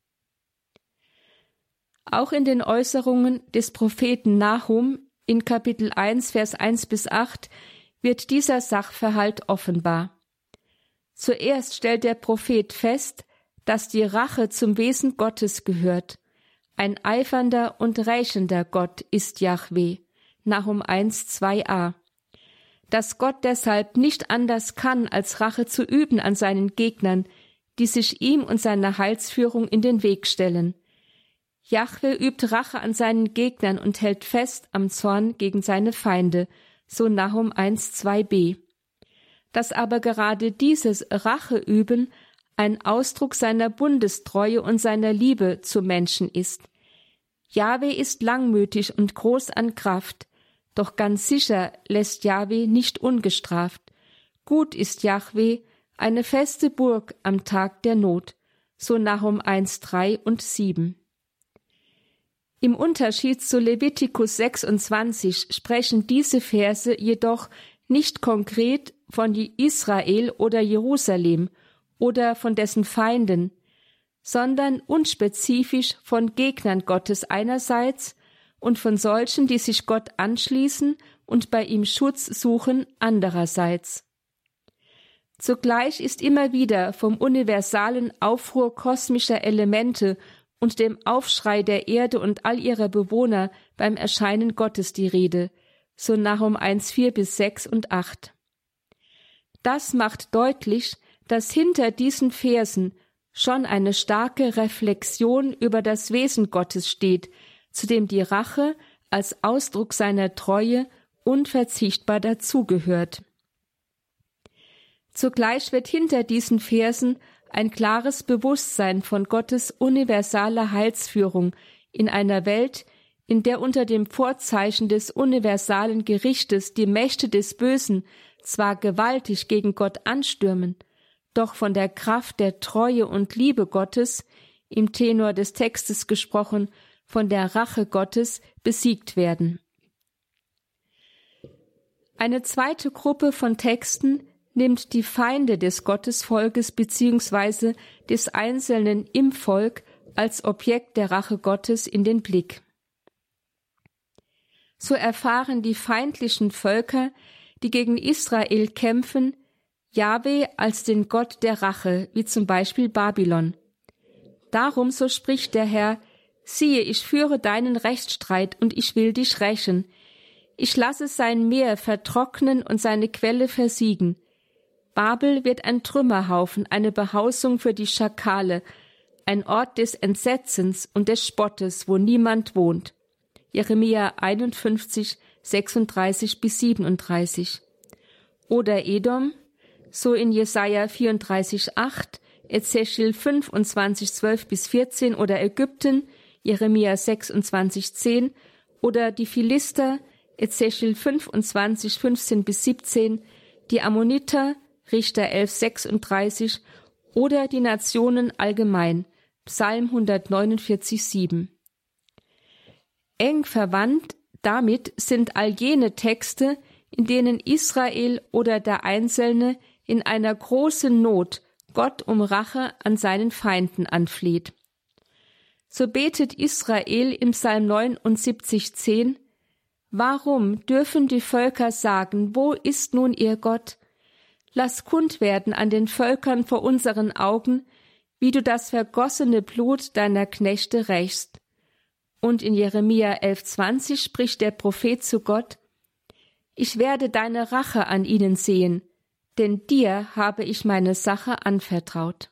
S2: Auch in den Äußerungen des Propheten Nahum in Kapitel 1, Vers 1-8 wird dieser Sachverhalt offenbar. Zuerst stellt der Prophet fest, dass die Rache zum Wesen Gottes gehört. Ein eifernder und rächender Gott ist Jahwe, Nahum 1, 2a. Dass Gott deshalb nicht anders kann, als Rache zu üben an seinen Gegnern, die sich ihm und seiner Heilsführung in den Weg stellen. Jahwe übt Rache an seinen Gegnern und hält fest am Zorn gegen seine Feinde, so Nahum 1, 2b. Dass aber gerade dieses Racheüben ein Ausdruck seiner Bundestreue und seiner Liebe zu Menschen ist. Jahwe ist langmütig und groß an Kraft, doch ganz sicher lässt Jahwe nicht ungestraft. Gut ist Jahwe, eine feste Burg am Tag der Not, so Nahum 1, 3 und 7. Im Unterschied zu Levitikus 26 sprechen diese Verse jedoch nicht konkret von Israel oder Jerusalem oder von dessen Feinden, sondern unspezifisch von Gegnern Gottes einerseits und von solchen, die sich Gott anschließen und bei ihm Schutz suchen, andererseits. Zugleich ist immer wieder vom universalen Aufruhr kosmischer Elemente und dem Aufschrei der Erde und all ihrer Bewohner beim Erscheinen Gottes die Rede, so Nahum 1,4 bis 6 und 8. Das macht deutlich, dass hinter diesen Versen schon eine starke Reflexion über das Wesen Gottes steht, zu dem die Rache als Ausdruck seiner Treue unverzichtbar dazugehört. Zugleich wird hinter diesen Versen ein klares Bewusstsein von Gottes universaler Heilsführung in einer Welt, in der unter dem Vorzeichen des universalen Gerichtes die Mächte des Bösen zwar gewaltig gegen Gott anstürmen, doch von der Kraft der Treue und Liebe Gottes, im Tenor des Textes gesprochen, von der Rache Gottes besiegt werden. Eine zweite Gruppe von Texten nimmt die Feinde des Gottesvolkes bzw. des Einzelnen im Volk als Objekt der Rache Gottes in den Blick. So erfahren die feindlichen Völker, die gegen Israel kämpfen, Jahwe als den Gott der Rache, wie zum Beispiel Babylon. Darum, so spricht der Herr, siehe, ich führe deinen Rechtsstreit und ich will dich rächen. Ich lasse sein Meer vertrocknen und seine Quelle versiegen. Babel wird ein Trümmerhaufen, eine Behausung für die Schakale, ein Ort des Entsetzens und des Spottes, wo niemand wohnt. Jeremia 51, 36 bis 37. Oder Edom, so in Jesaja 34, 8, Ezechiel 25, 12 bis 14 oder Ägypten, Jeremia 26, 10 oder die Philister, Ezechiel 25, 15 bis 17, die Ammoniter, Richter 11, 36 oder die Nationen allgemein, Psalm 149, 7. Eng verwandt damit sind all jene Texte, in denen Israel oder der Einzelne in einer großen Not Gott um Rache an seinen Feinden anfleht. So betet Israel im Psalm 79, 10: Warum dürfen die Völker sagen, wo ist nun ihr Gott? Lass kund werden an den Völkern vor unseren Augen, wie du das vergossene Blut deiner Knechte rächst. Und in Jeremia 11,20 spricht der Prophet zu Gott: Ich werde deine Rache an ihnen sehen, denn dir habe ich meine Sache anvertraut.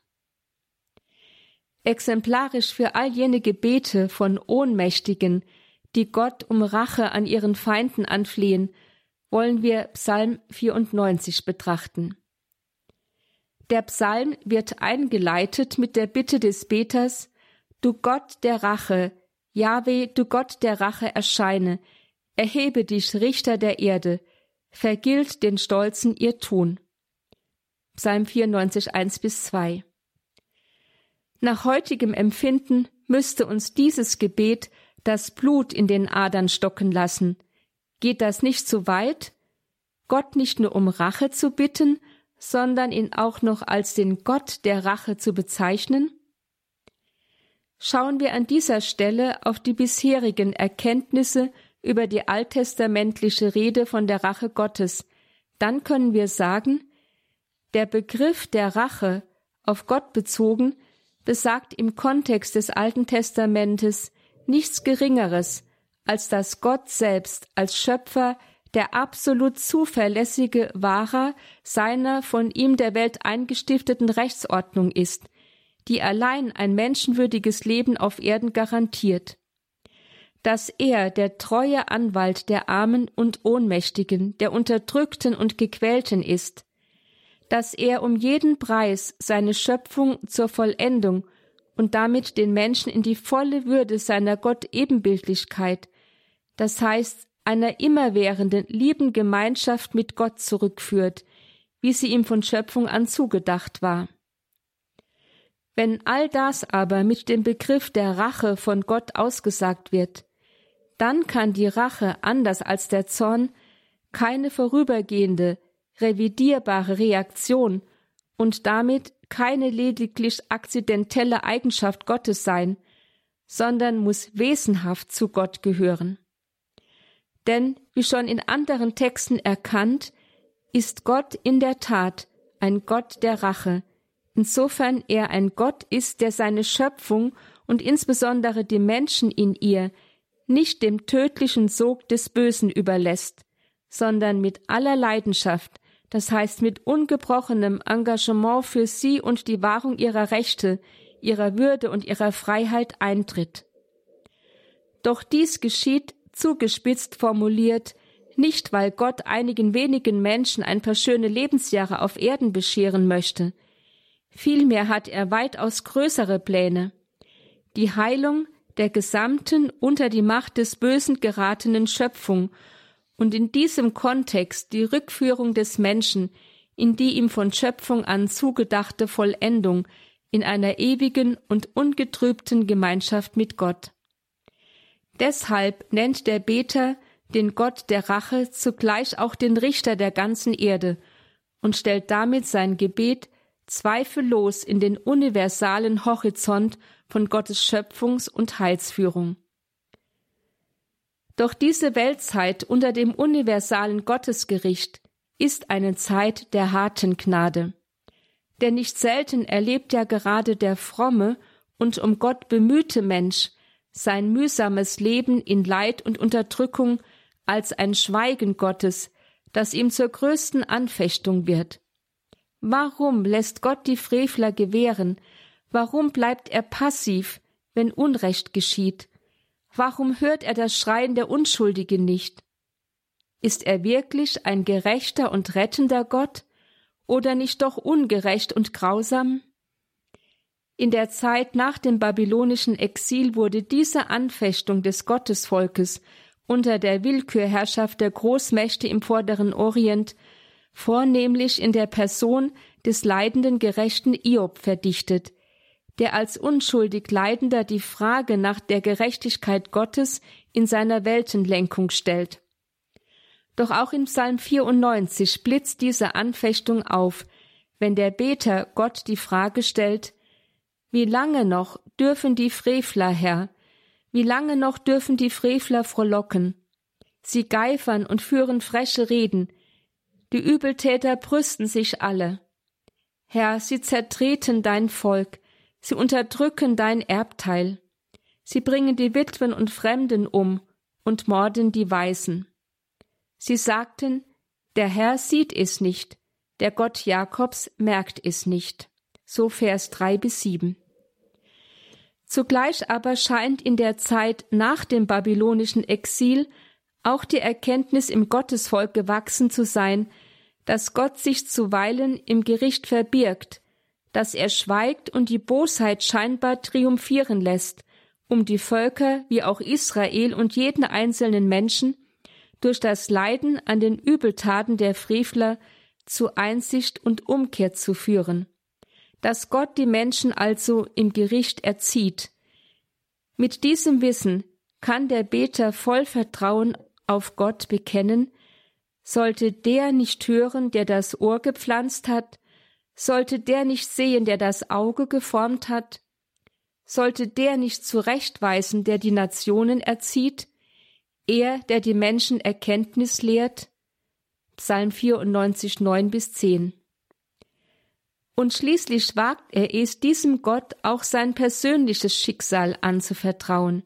S2: Exemplarisch für all jene Gebete von Ohnmächtigen, die Gott um Rache an ihren Feinden anflehen, wollen wir Psalm 94 betrachten. Der Psalm wird eingeleitet mit der Bitte des Beters: Du Gott der Rache, Jahwe, du Gott der Rache, erscheine, erhebe dich, Richter der Erde, vergilt den Stolzen ihr Tun. Psalm 94, 1-2. Nach heutigem Empfinden müsste uns dieses Gebet das Blut in den Adern stocken lassen. Geht das nicht zu weit? Gott nicht nur um Rache zu bitten, sondern ihn auch noch als den Gott der Rache zu bezeichnen? Schauen wir an dieser Stelle auf die bisherigen Erkenntnisse über die alttestamentliche Rede von der Rache Gottes, dann können wir sagen, der Begriff der Rache, auf Gott bezogen, besagt im Kontext des Alten Testamentes nichts Geringeres, als dass Gott selbst als Schöpfer der absolut zuverlässige Wahrer seiner von ihm der Welt eingestifteten Rechtsordnung ist, die allein ein menschenwürdiges Leben auf Erden garantiert. Dass er der treue Anwalt der Armen und Ohnmächtigen, der Unterdrückten und Gequälten ist, dass er um jeden Preis seine Schöpfung zur Vollendung und damit den Menschen in die volle Würde seiner Gott-Ebenbildlichkeit, das heißt einer immerwährenden, lieben Gemeinschaft mit Gott zurückführt, wie sie ihm von Schöpfung an zugedacht war. Wenn all das aber mit dem Begriff der Rache von Gott ausgesagt wird, dann kann die Rache, anders als der Zorn, keine vorübergehende, revidierbare Reaktion und damit keine lediglich akzidentelle Eigenschaft Gottes sein, sondern muss wesenhaft zu Gott gehören. Denn, wie schon in anderen Texten erkannt, ist Gott in der Tat ein Gott der Rache, insofern er ein Gott ist, der seine Schöpfung und insbesondere die Menschen in ihr nicht dem tödlichen Sog des Bösen überlässt, sondern mit aller Leidenschaft, das heißt mit ungebrochenem Engagement für sie und die Wahrung ihrer Rechte, ihrer Würde und ihrer Freiheit eintritt. Doch dies geschieht, zugespitzt formuliert, nicht weil Gott einigen wenigen Menschen ein paar schöne Lebensjahre auf Erden bescheren möchte. Vielmehr hat er weitaus größere Pläne. Die Heilung der gesamten unter die Macht des Bösen geratenen Schöpfung und in diesem Kontext die Rückführung des Menschen in die ihm von Schöpfung an zugedachte Vollendung in einer ewigen und ungetrübten Gemeinschaft mit Gott. Deshalb nennt der Beter den Gott der Rache zugleich auch den Richter der ganzen Erde und stellt damit sein Gebet zweifellos in den universalen Horizont von Gottes Schöpfungs- und Heilsführung. Doch diese Weltzeit unter dem universalen Gottesgericht ist eine Zeit der harten Gnade. Denn nicht selten erlebt ja gerade der fromme und um Gott bemühte Mensch sein mühsames Leben in Leid und Unterdrückung als ein Schweigen Gottes, das ihm zur größten Anfechtung wird. Warum lässt Gott die Frevler gewähren? Warum bleibt er passiv, wenn Unrecht geschieht? Warum hört er das Schreien der Unschuldigen nicht? Ist er wirklich ein gerechter und rettender Gott oder nicht doch ungerecht und grausam? In der Zeit nach dem babylonischen Exil wurde diese Anfechtung des Gottesvolkes unter der Willkürherrschaft der Großmächte im Vorderen Orient vornehmlich in der Person des leidenden gerechten Hiob verdichtet, der als unschuldig Leidender die Frage nach der Gerechtigkeit Gottes in seiner Weltenlenkung stellt. Doch auch in Psalm 94 blitzt diese Anfechtung auf, wenn der Beter Gott die Frage stellt: Wie lange noch dürfen die Frevler, Herr, wie lange noch dürfen die Frevler frohlocken? Sie geifern und führen freche Reden, die Übeltäter brüsten sich alle. Herr, sie zertreten dein Volk, sie unterdrücken dein Erbteil. Sie bringen die Witwen und Fremden um und morden die Waisen. Sie sagten, der Herr sieht es nicht, der Gott Jakobs merkt es nicht. So Vers 3-7. Zugleich aber scheint in der Zeit nach dem babylonischen Exil auch die Erkenntnis im Gottesvolk gewachsen zu sein, dass Gott sich zuweilen im Gericht verbirgt, dass er schweigt und die Bosheit scheinbar triumphieren lässt, um die Völker wie auch Israel und jeden einzelnen Menschen durch das Leiden an den Übeltaten der Frevler zu Einsicht und Umkehr zu führen, dass Gott die Menschen also im Gericht erzieht. Mit diesem Wissen kann der Beter voll Vertrauen auf Gott bekennen: Sollte der nicht hören, der das Ohr gepflanzt hat? Sollte der nicht sehen, der das Auge geformt hat? Sollte der nicht zurechtweisen, der die Nationen erzieht? Er, der die Menschen Erkenntnis lehrt? Psalm 94, 9-10. Und schließlich wagt er es, diesem Gott auch sein persönliches Schicksal anzuvertrauen.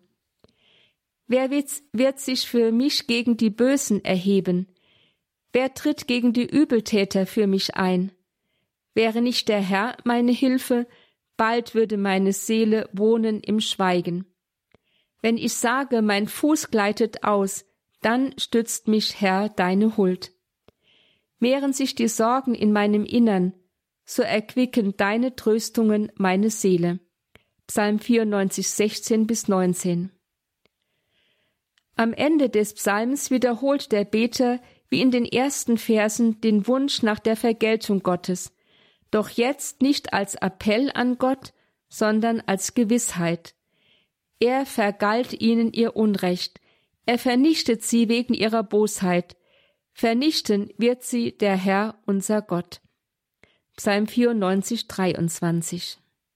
S2: Wer wird sich für mich gegen die Bösen erheben? Wer tritt gegen die Übeltäter für mich ein? Wäre nicht der Herr meine Hilfe, bald würde meine Seele wohnen im Schweigen. Wenn ich sage, mein Fuß gleitet aus, dann stützt mich, Herr, deine Huld. Mehren sich die Sorgen in meinem Innern, so erquicken deine Tröstungen meine Seele. Psalm 94, 16-19. Am Ende des Psalms wiederholt der Beter wie in den ersten Versen den Wunsch nach der Vergeltung Gottes, doch jetzt nicht als Appell an Gott, sondern als Gewissheit. Er vergalt ihnen ihr Unrecht, er vernichtet sie wegen ihrer Bosheit, Vernichten wird sie der Herr, unser Gott. Psalm 94, 23.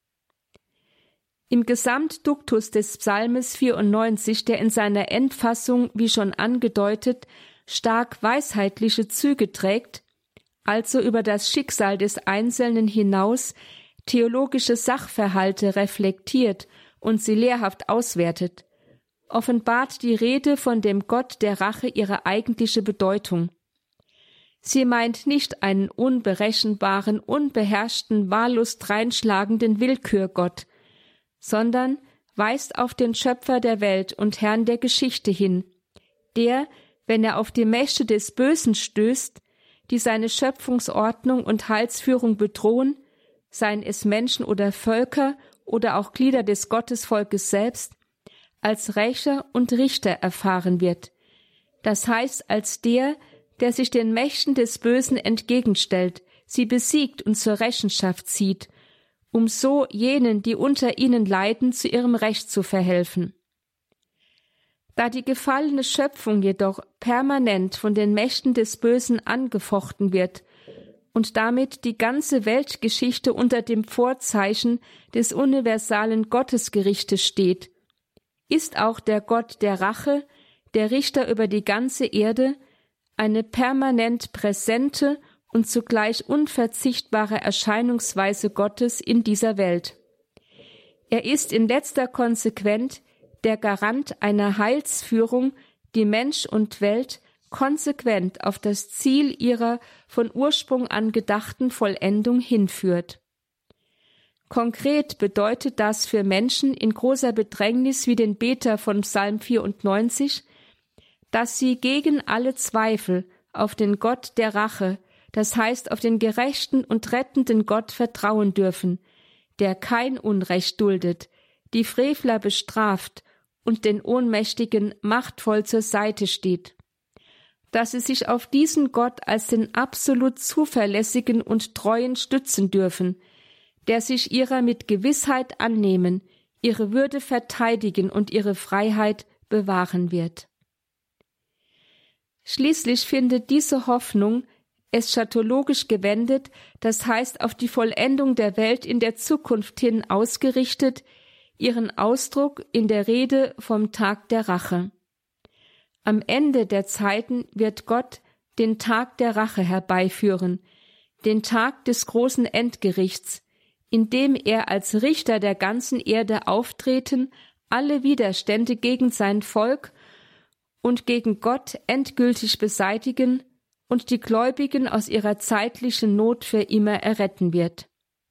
S2: Im Gesamtduktus des Psalmes 94, der in seiner Endfassung, wie schon angedeutet, stark weisheitliche Züge trägt, also über das Schicksal des Einzelnen hinaus theologische Sachverhalte reflektiert und sie lehrhaft auswertet, offenbart die Rede von dem Gott der Rache ihre eigentliche Bedeutung. Sie meint nicht einen unberechenbaren, unbeherrschten, wahllos dreinschlagenden Willkürgott, sondern weist auf den Schöpfer der Welt und Herrn der Geschichte hin, der, wenn er auf die Mächte des Bösen stößt, die seine Schöpfungsordnung und Heilsführung bedrohen, seien es Menschen oder Völker oder auch Glieder des Gottesvolkes selbst, als Rächer und Richter erfahren wird, das heißt als der sich den Mächten des Bösen entgegenstellt, sie besiegt und zur Rechenschaft zieht, um so jenen, die unter ihnen leiden, zu ihrem Recht zu verhelfen. Da die gefallene Schöpfung jedoch permanent von den Mächten des Bösen angefochten wird und damit die ganze Weltgeschichte unter dem Vorzeichen des universalen Gottesgerichtes steht, ist auch der Gott der Rache, der Richter über die ganze Erde, eine permanent präsente und zugleich unverzichtbare Erscheinungsweise Gottes in dieser Welt. Er ist in letzter Konsequenz der Garant einer Heilsführung, die Mensch und Welt konsequent auf das Ziel ihrer von Ursprung an gedachten Vollendung hinführt. Konkret bedeutet das für Menschen in großer Bedrängnis wie den Beter von Psalm 94, dass sie gegen alle Zweifel auf den Gott der Rache, das heißt auf den gerechten und rettenden Gott vertrauen dürfen, der kein Unrecht duldet, die Frevler bestraft und den Ohnmächtigen machtvoll zur Seite steht. Dass sie sich auf diesen Gott als den absolut zuverlässigen und treuen stützen dürfen, der sich ihrer mit Gewissheit annehmen, ihre Würde verteidigen und ihre Freiheit bewahren wird. Schließlich findet diese Hoffnung, eschatologisch gewendet, das heißt auf die Vollendung der Welt in der Zukunft hin ausgerichtet, ihren Ausdruck in der Rede vom Tag der Rache. Am Ende der Zeiten wird Gott den Tag der Rache herbeiführen, den Tag des großen Endgerichts, in dem er als Richter der ganzen Erde auftreten, alle Widerstände gegen sein Volk und gegen Gott endgültig beseitigen und die Gläubigen aus ihrer zeitlichen Not für immer erretten wird.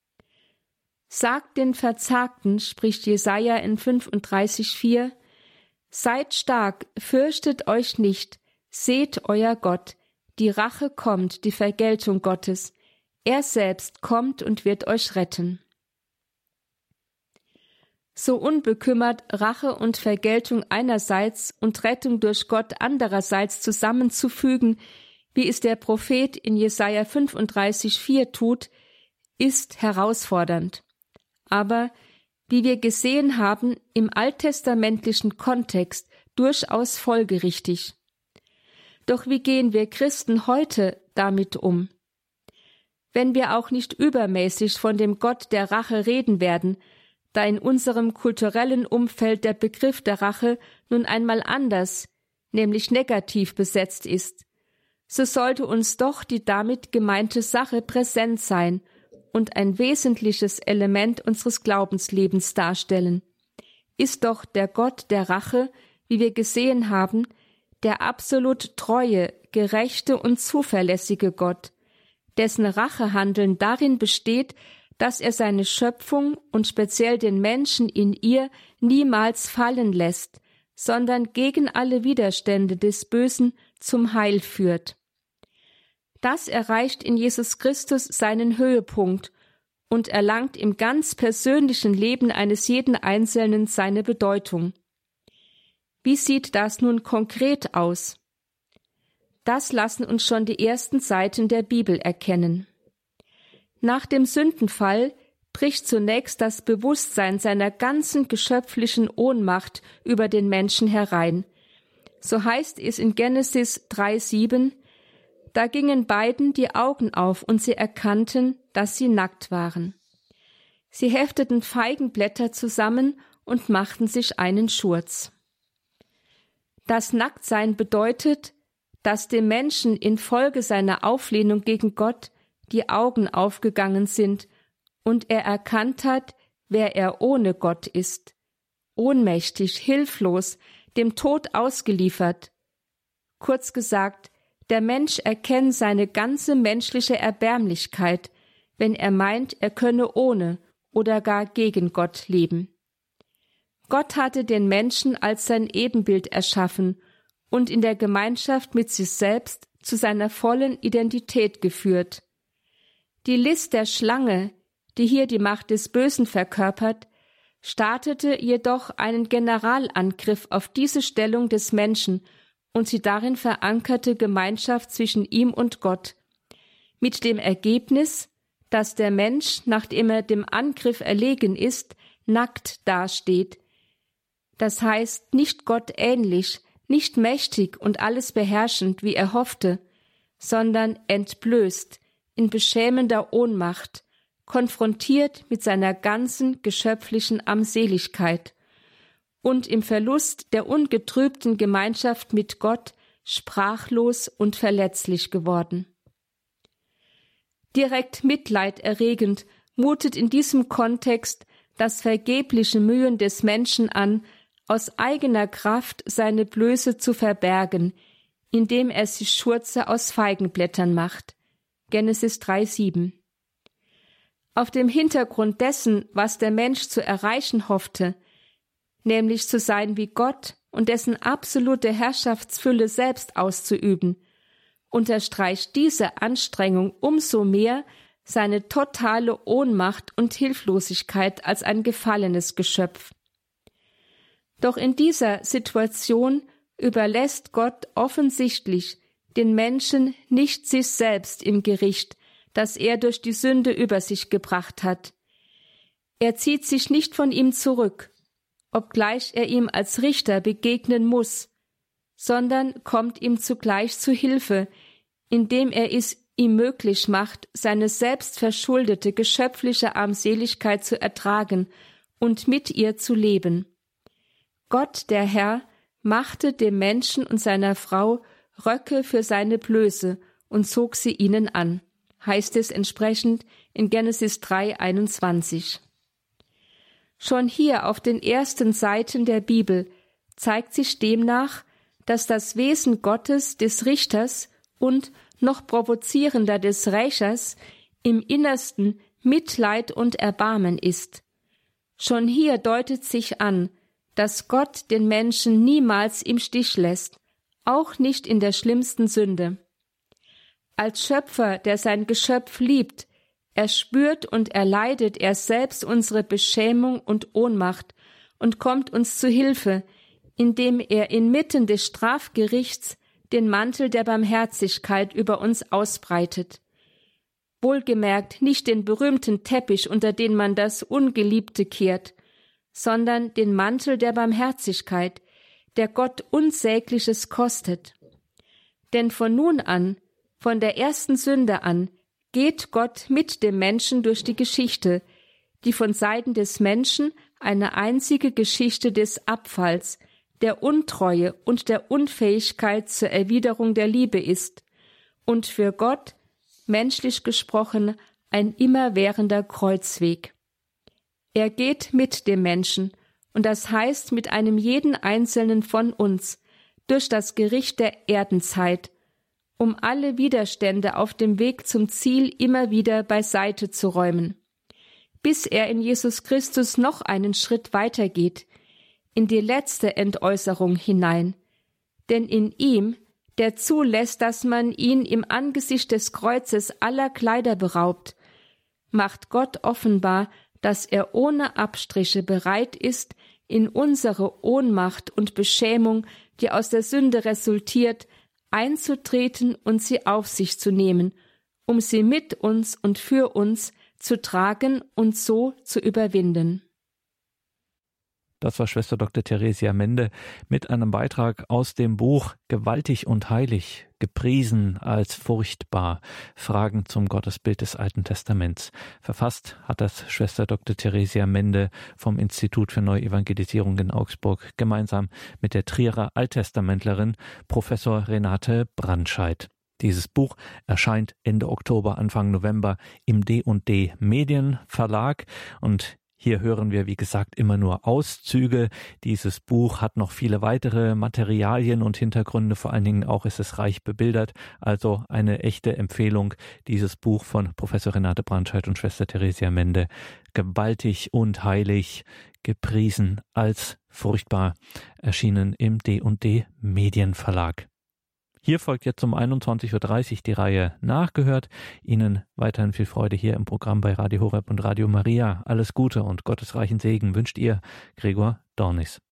S2: Sagt den Verzagten, spricht Jesaja in 35,4, seid stark, fürchtet euch nicht, seht euer Gott, die Rache kommt, die Vergeltung Gottes, er selbst kommt und wird euch retten. So unbekümmert Rache und Vergeltung einerseits und Rettung durch Gott andererseits zusammenzufügen, wie es der Prophet in Jesaja 35,4 tut, ist herausfordernd. Aber, wie wir gesehen haben, im alttestamentlichen Kontext durchaus folgerichtig. Doch wie gehen wir Christen heute damit um? Wenn wir auch nicht übermäßig von dem Gott der Rache reden werden, da in unserem kulturellen Umfeld der Begriff der Rache nun einmal anders, nämlich negativ besetzt ist, so sollte uns doch die damit gemeinte Sache präsent sein und ein wesentliches Element unseres Glaubenslebens darstellen. Ist doch der Gott der Rache, wie wir gesehen haben, der absolut treue, gerechte und zuverlässige Gott, dessen Rachehandeln darin besteht, dass er seine Schöpfung und speziell den Menschen in ihr niemals fallen lässt, sondern gegen alle Widerstände des Bösen zum Heil führt. Das erreicht in Jesus Christus seinen Höhepunkt und erlangt im ganz persönlichen Leben eines jeden Einzelnen seine Bedeutung. Wie sieht das nun konkret aus? Das lassen uns schon die ersten Seiten der Bibel erkennen. Nach dem Sündenfall bricht zunächst das Bewusstsein seiner ganzen geschöpflichen Ohnmacht über den Menschen herein. So heißt es in Genesis 3,7: Da gingen beiden die Augen auf, und sie erkannten, dass sie nackt waren. Sie hefteten Feigenblätter zusammen und machten sich einen Schurz. Das Nacktsein bedeutet, dass dem Menschen infolge seiner Auflehnung gegen Gott die Augen aufgegangen sind und er erkannt hat, wer er ohne Gott ist, ohnmächtig, hilflos, dem Tod ausgeliefert. Kurz gesagt, der Mensch erkennt seine ganze menschliche Erbärmlichkeit, wenn er meint, er könne ohne oder gar gegen Gott leben. Gott hatte den Menschen als sein Ebenbild erschaffen und in der Gemeinschaft mit sich selbst zu seiner vollen Identität geführt. Die List der Schlange, die hier die Macht des Bösen verkörpert, startete jedoch einen Generalangriff auf diese Stellung des Menschen und die darin verankerte Gemeinschaft zwischen ihm und Gott, mit dem Ergebnis, dass der Mensch, nachdem er dem Angriff erlegen ist, nackt dasteht. Das heißt, nicht Gott ähnlich, nicht mächtig und alles beherrschend, wie er hoffte, sondern entblößt, in beschämender Ohnmacht, konfrontiert mit seiner ganzen geschöpflichen Armseligkeit und im Verlust der ungetrübten Gemeinschaft mit Gott sprachlos und verletzlich geworden. Direkt mitleiderregend mutet in diesem Kontext das vergebliche Mühen des Menschen an, aus eigener Kraft seine Blöße zu verbergen, indem er sich Schurze aus Feigenblättern macht. Genesis 3,7. Auf dem Hintergrund dessen, was der Mensch zu erreichen hoffte, nämlich zu sein wie Gott und dessen absolute Herrschaftsfülle selbst auszuüben, unterstreicht diese Anstrengung umso mehr seine totale Ohnmacht und Hilflosigkeit als ein gefallenes Geschöpf. Doch in dieser Situation überlässt Gott offensichtlich den Menschen nicht sich selbst im Gericht, das er durch die Sünde über sich gebracht hat. Er zieht sich nicht von ihm zurück, obgleich er ihm als Richter begegnen muss, sondern kommt ihm zugleich zu Hilfe, indem er es ihm möglich macht, seine selbstverschuldete geschöpfliche Armseligkeit zu ertragen und mit ihr zu leben. Gott, der Herr, machte dem Menschen und seiner Frau Röcke für seine Blöße und zog sie ihnen an, heißt es entsprechend in Genesis 3,21. Schon hier auf den ersten Seiten der Bibel zeigt sich demnach, dass das Wesen Gottes des Richters und noch provozierender des Rächers im Innersten Mitleid und Erbarmen ist. Schon hier deutet sich an, dass Gott den Menschen niemals im Stich lässt, auch nicht in der schlimmsten Sünde. Als Schöpfer, der sein Geschöpf liebt, erspürt und erleidet er selbst unsere Beschämung und Ohnmacht und kommt uns zu Hilfe, indem er inmitten des Strafgerichts den Mantel der Barmherzigkeit über uns ausbreitet. Wohlgemerkt nicht den berühmten Teppich, unter den man das Ungeliebte kehrt, sondern den Mantel der Barmherzigkeit, der Gott Unsägliches kostet. Denn von nun an, von der ersten Sünde an, geht Gott mit dem Menschen durch die Geschichte, die von Seiten des Menschen eine einzige Geschichte des Abfalls, der Untreue und der Unfähigkeit zur Erwiderung der Liebe ist und für Gott, menschlich gesprochen, ein immerwährender Kreuzweg. Er geht mit dem Menschen, und das heißt mit einem jeden Einzelnen von uns, durch das Gericht der Erdenzeit, um alle Widerstände auf dem Weg zum Ziel immer wieder beiseite zu räumen, bis er in Jesus Christus noch einen Schritt weitergeht, in die letzte Entäußerung hinein. Denn in ihm, der zulässt, dass man ihn im Angesicht des Kreuzes aller Kleider beraubt, macht Gott offenbar, dass er ohne Abstriche bereit ist, in unsere Ohnmacht und Beschämung, die aus der Sünde resultiert, einzutreten und sie auf sich zu nehmen, um sie mit uns und für uns zu tragen und so zu überwinden.
S1: Das war Schwester Dr. Theresia Mende mit einem Beitrag aus dem Buch Gewaltig und heilig, gepriesen als furchtbar. Fragen zum Gottesbild des Alten Testaments. Verfasst hat das Schwester Dr. Theresia Mende vom Institut für Neuevangelisierung in Augsburg gemeinsam mit der Trierer Alttestamentlerin Professor Renate Brandscheid. Dieses Buch erscheint Ende Oktober, Anfang November im D&D Medienverlag und hier hören wir, wie gesagt, immer nur Auszüge. Dieses Buch hat noch viele weitere Materialien und Hintergründe. Vor allen Dingen auch ist es reich bebildert. Also eine echte Empfehlung, dieses Buch von Professor Renate Brandscheid und Schwester Theresia Mende. Gewaltig und heilig, gepriesen als furchtbar, erschienen im D&D Medienverlag. Hier folgt jetzt um 21.30 Uhr die Reihe Nachgehört. Ihnen weiterhin viel Freude hier im Programm bei Radio Horeb und Radio Maria. Alles Gute und gottesreichen Segen wünscht Ihr Gregor Dornis.